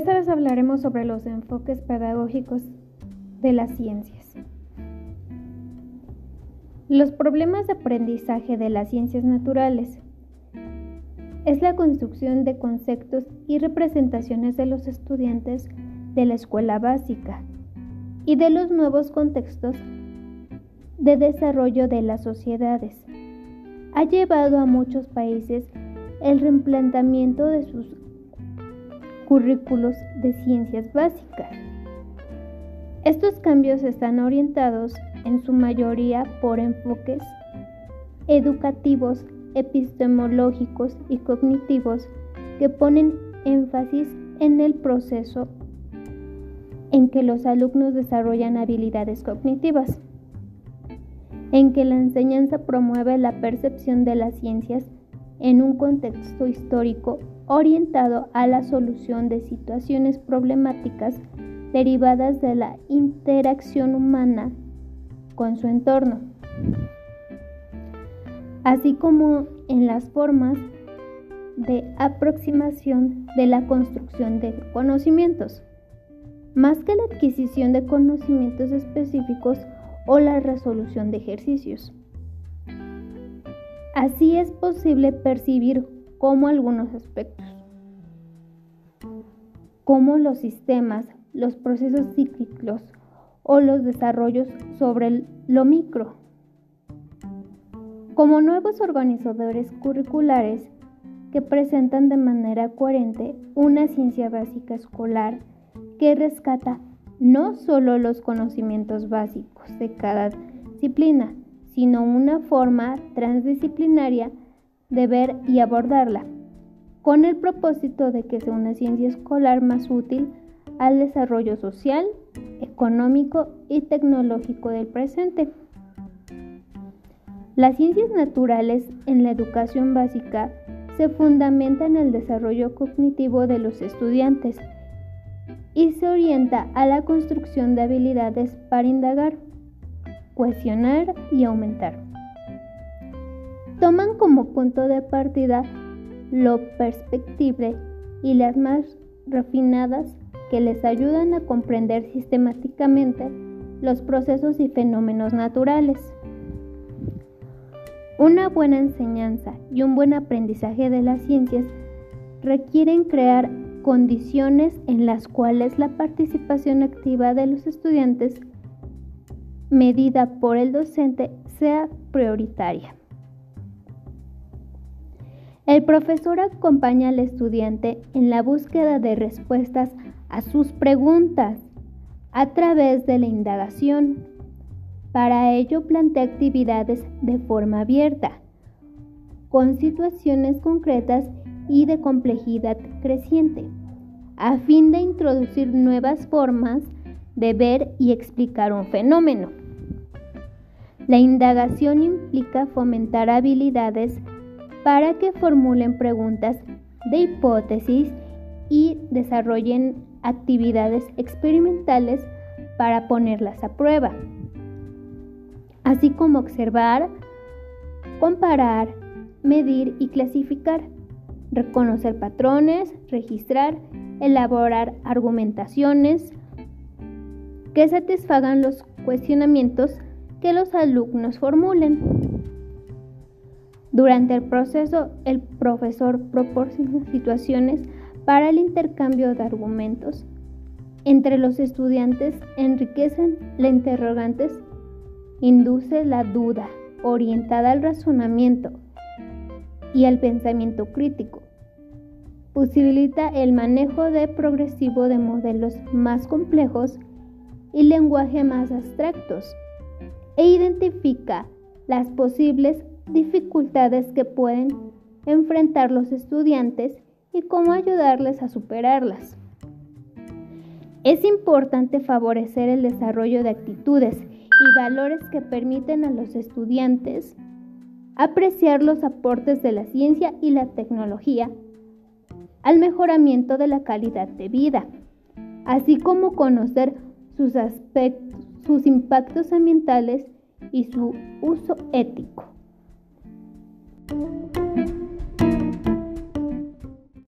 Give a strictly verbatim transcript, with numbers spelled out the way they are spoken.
Esta vez hablaremos sobre los enfoques pedagógicos de las ciencias. Los problemas de aprendizaje de las ciencias naturales es la construcción de conceptos y representaciones de los estudiantes de la escuela básica y de los nuevos contextos de desarrollo de las sociedades. Ha llevado a muchos países el replanteamiento de sus currículos de ciencias básicas. Estos cambios están orientados en su mayoría por enfoques educativos, epistemológicos y cognitivos que ponen énfasis en el proceso en que los alumnos desarrollan habilidades cognitivas, en que la enseñanza promueve la percepción de las ciencias en un contexto histórico orientado a la solución de situaciones problemáticas derivadas de la interacción humana con su entorno, así como en las formas de aproximación de la construcción de conocimientos, más que la adquisición de conocimientos específicos o la resolución de ejercicios. Así es posible percibir cómo algunos aspectos, como los sistemas, los procesos cíclicos o los desarrollos sobre lo micro, como nuevos organizadores curriculares que presentan de manera coherente una ciencia básica escolar que rescata no solo los conocimientos básicos de cada disciplina, sino una forma transdisciplinaria de ver y abordarla, con el propósito de que sea una ciencia escolar más útil al desarrollo social, económico y tecnológico del presente. Las ciencias naturales en la educación básica se fundamentan en el desarrollo cognitivo de los estudiantes y se orienta a la construcción de habilidades para indagar, cuestionar y aumentar. Toman como punto de partida lo perceptible y las más refinadas que les ayudan a comprender sistemáticamente los procesos y fenómenos naturales. Una buena enseñanza y un buen aprendizaje de las ciencias requieren crear condiciones en las cuales la participación activa de los estudiantes, medida por el docente, sea prioritaria. El profesor acompaña al estudiante en la búsqueda de respuestas a sus preguntas a través de la indagación. Para ello plantea actividades de forma abierta, con situaciones concretas y de complejidad creciente, a fin de introducir nuevas formas de ver y explicar un fenómeno. La indagación implica fomentar habilidades para que formulen preguntas de hipótesis y desarrollen actividades experimentales para ponerlas a prueba, así como observar, comparar, medir y clasificar, reconocer patrones, registrar, elaborar argumentaciones que satisfagan los cuestionamientos que los alumnos formulen. Durante el proceso, el profesor proporciona situaciones para el intercambio de argumentos entre los estudiantes, enriquecen los interrogantes, induce la duda orientada al razonamiento y al pensamiento crítico, posibilita el manejo de progresivo de modelos más complejos y lenguaje más abstractos, e identifica las posibles dificultades que pueden enfrentar los estudiantes y cómo ayudarles a superarlas. Es importante favorecer el desarrollo de actitudes y valores que permiten a los estudiantes apreciar los aportes de la ciencia y la tecnología al mejoramiento de la calidad de vida, así como conocer sus aspectos, sus impactos ambientales y su uso ético.